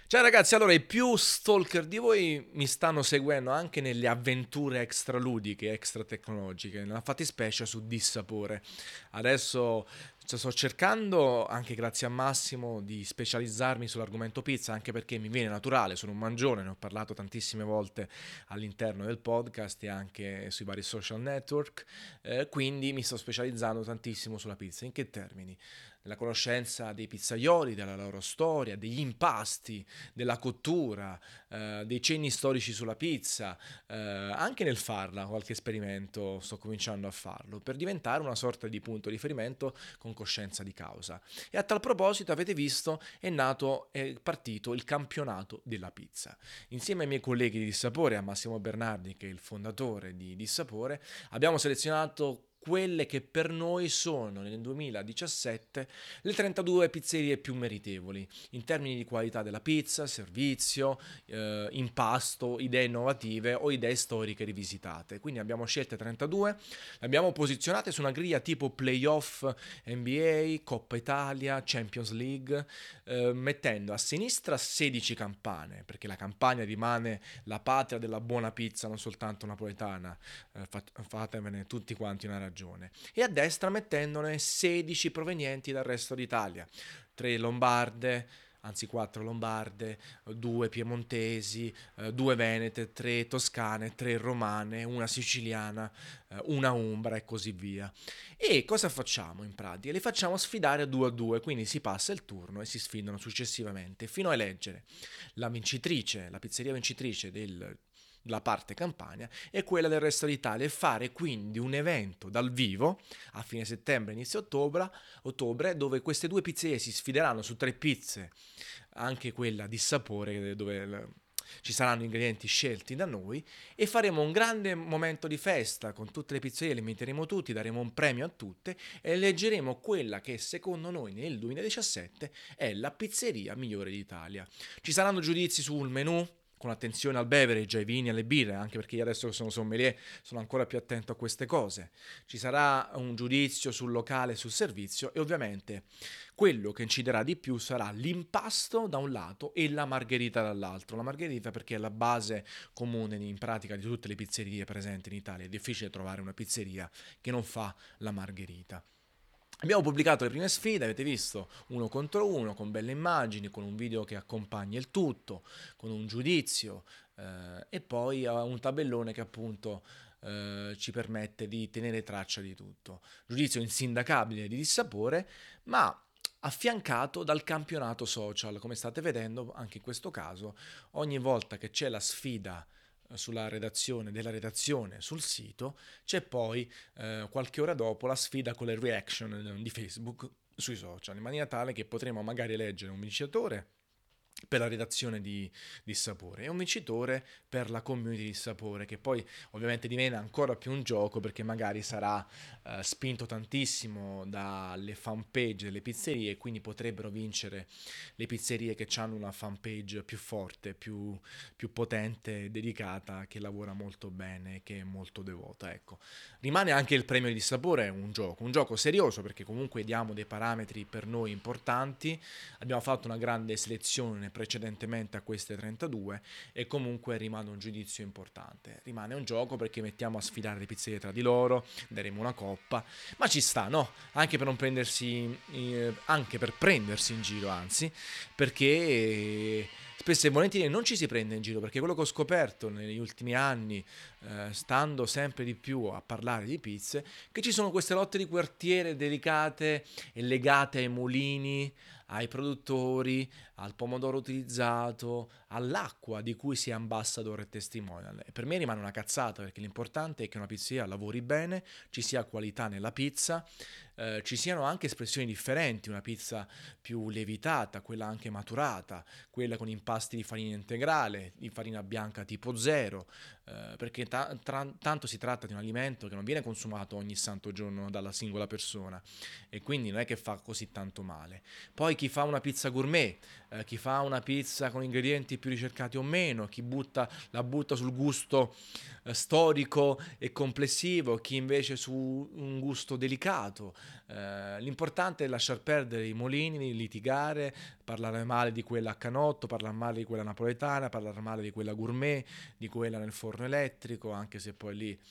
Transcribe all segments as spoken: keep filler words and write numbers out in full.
Ciao ragazzi, allora i più stalker di voi mi stanno seguendo anche nelle avventure extraludiche, extra tecnologiche, nella fattispecie su Dissapore. Adesso cioè, sto cercando, anche grazie a Massimo, di specializzarmi sull'argomento pizza, anche perché mi viene naturale, sono un mangione, ne ho parlato tantissime volte all'interno del podcast e anche sui vari social network, eh, quindi mi sto specializzando tantissimo sulla pizza. In che termini? La conoscenza dei pizzaioli, della loro storia, degli impasti, della cottura, eh, dei cenni storici sulla pizza, eh, anche nel farla, qualche esperimento sto cominciando a farlo, per diventare una sorta di punto di riferimento con coscienza di causa. E a tal proposito, avete visto, è nato, è partito il campionato della pizza. Insieme ai miei colleghi di Dissapore, a Massimo Bernardi, che è il fondatore di Dissapore, abbiamo selezionato quelle che per noi sono nel duemiladiciassette le trentadue pizzerie più meritevoli in termini di qualità della pizza, servizio, eh, impasto, idee innovative o idee storiche rivisitate. Quindi abbiamo scelte trentadue, le abbiamo posizionate su una griglia tipo playoff N B A, Coppa Italia, Champions League, eh, mettendo a sinistra sedici campane, perché la Campania rimane la patria della buona pizza, non soltanto napoletana, eh, fat- fatemene tutti quanti una ragione, e a destra mettendone sedici provenienti dal resto d'Italia, tre lombarde, anzi quattro lombarde, due piemontesi, eh, due venete, tre toscane, tre romane, una siciliana, eh, una umbra e così via. E cosa facciamo in pratica? Li facciamo sfidare a due a due, quindi si passa il turno e si sfidano successivamente fino a eleggere la vincitrice, la pizzeria vincitrice del la parte Campania e quella del resto d'Italia, e fare quindi un evento dal vivo a fine settembre, inizio ottobre, ottobre dove queste due pizzerie si sfideranno su tre pizze, anche quella di sapore dove ci saranno ingredienti scelti da noi, e faremo un grande momento di festa con tutte le pizzerie, le inviteremo tutti, daremo un premio a tutte e eleggeremo quella che secondo noi nel duemiladiciassette è la pizzeria migliore d'Italia. Ci saranno giudizi sul menù, con attenzione al beverage, ai vini, alle birre, anche perché io adesso che sono sommelier sono ancora più attento a queste cose. Ci sarà un giudizio sul locale e sul servizio, e ovviamente quello che inciderà di più sarà l'impasto da un lato e la margherita dall'altro. La margherita perché è la base comune in pratica di tutte le pizzerie presenti in Italia. È difficile trovare una pizzeria che non fa la margherita. Abbiamo pubblicato le prime sfide, avete visto, uno contro uno, con belle immagini, con un video che accompagna il tutto, con un giudizio, eh, e poi uh, un tabellone che appunto eh, ci permette di tenere traccia di tutto. Giudizio insindacabile di dissapore, ma affiancato dal campionato social. Come state vedendo, anche in questo caso, ogni volta che c'è la sfida sulla redazione della redazione sul sito, c'è poi eh, qualche ora dopo la sfida con le reaction di Facebook sui social, in maniera tale che potremo magari eleggere un vincitore per la redazione di, di Sapore e un vincitore per la community di Sapore, che poi ovviamente diventa ancora più un gioco perché magari sarà eh, spinto tantissimo dalle fanpage delle pizzerie, quindi potrebbero vincere le pizzerie che hanno una fanpage più forte, più, più potente, dedicata, che lavora molto bene, che è molto devota, ecco. Rimane anche il premio di Sapore, un gioco, un gioco serioso perché comunque diamo dei parametri per noi importanti. Abbiamo fatto una grande selezione precedentemente a queste trentadue e comunque rimane un giudizio importante. Rimane un gioco perché mettiamo a sfidare le pizzerie tra di loro, daremo una coppa, ma ci sta, no? Anche per non prendersi, eh, anche per prendersi in giro, anzi, perché eh, spesso e volentieri non ci si prende in giro, perché quello che ho scoperto negli ultimi anni, eh, stando sempre di più a parlare di pizze, che ci sono queste lotte di quartiere delicate e legate ai mulini, ai produttori, al pomodoro utilizzato, all'acqua di cui si è ambassador e testimonial. E per me rimane una cazzata, perché l'importante è che una pizzeria lavori bene, ci sia qualità nella pizza, eh, ci siano anche espressioni differenti, una pizza più lievitata, quella anche maturata, quella con impasti di farina integrale, di farina bianca tipo zero, eh, perché ta- tra- tanto si tratta di un alimento che non viene consumato ogni santo giorno dalla singola persona, e quindi non è che fa così tanto male. Poi chi fa una pizza gourmet, eh, chi fa una pizza con ingredienti più ricercati o meno, chi butta, la butta sul gusto eh, storico e complessivo, chi invece su un gusto delicato. Eh, l'importante è lasciar perdere i mulini, litigare, parlare male di quella a canotto, parlare male di quella napoletana, parlare male di quella gourmet, di quella nel forno elettrico, anche se poi lì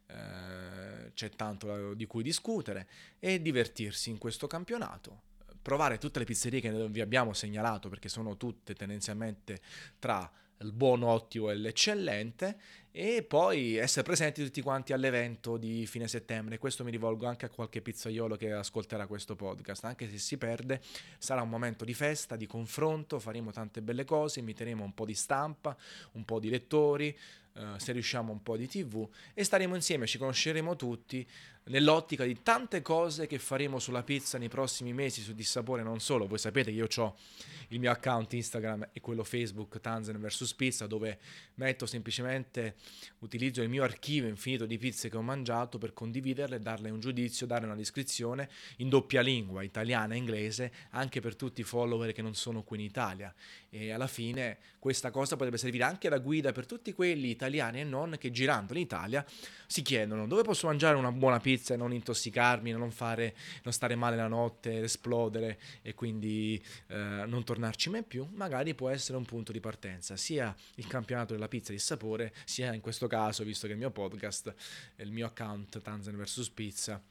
eh, c'è tanto di cui discutere, e divertirsi in questo campionato. Provare tutte le pizzerie che vi abbiamo segnalato, perché sono tutte tendenzialmente tra il buon, ottimo e l'eccellente, e poi essere presenti tutti quanti all'evento di fine settembre. Questo mi rivolgo anche a qualche pizzaiolo che ascolterà questo podcast. Anche se si perde, sarà un momento di festa, di confronto, faremo tante belle cose, imiteremo un po' di stampa, un po' di lettori, eh, se riusciamo un po' di tv, e staremo insieme, ci conosceremo tutti nell'ottica di tante cose che faremo sulla pizza nei prossimi mesi, su Dissapore. Non solo, voi sapete che io ho il mio account Instagram e quello Facebook Tanzen versus Pizza, dove metto semplicemente, utilizzo il mio archivio infinito di pizze che ho mangiato per condividerle, darle un giudizio, dare una descrizione in doppia lingua, italiana e inglese, anche per tutti i follower che non sono qui in Italia. E alla fine questa cosa potrebbe servire anche da guida per tutti quelli italiani e non che, girando in Italia, si chiedono dove posso mangiare una buona pizza e non intossicarmi, non fare, non stare male la notte, esplodere e quindi eh, non tornarci mai più. Magari può essere un punto di partenza sia il campionato della pizza Dissapore, sia in questo caso, visto che il mio podcast è il mio account Tanzen versus Pizza,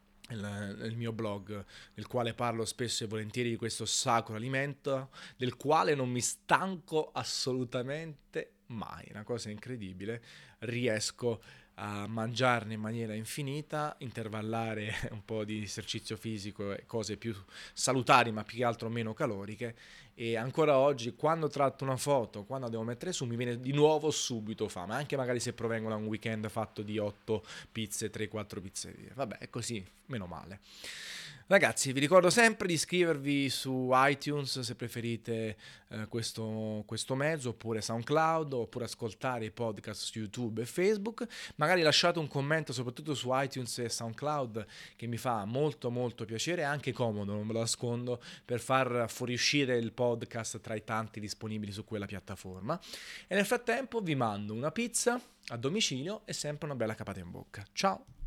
il, il mio blog, nel quale parlo spesso e volentieri di questo sacro alimento, del quale non mi stanco assolutamente mai. Una cosa incredibile, riesco a mangiarne in maniera infinita, intervallare un po' di esercizio fisico e cose più salutari ma più che altro meno caloriche, e ancora oggi quando tratto una foto, quando devo mettere su, mi viene di nuovo subito fame, anche magari se provengo da un weekend fatto di otto pizze, tre quattro pizzerie. Vabbè, è così, meno male. Ragazzi, vi ricordo sempre di iscrivervi su iTunes se preferite eh, questo, questo mezzo, oppure SoundCloud, oppure ascoltare i podcast su YouTube e Facebook. Magari lasciate un commento soprattutto su iTunes e SoundCloud, che mi fa molto molto piacere, e anche comodo, non ve lo nascondo, per far fuoriuscire il podcast tra i tanti disponibili su quella piattaforma. E nel frattempo vi mando una pizza a domicilio e sempre una bella capata in bocca. Ciao!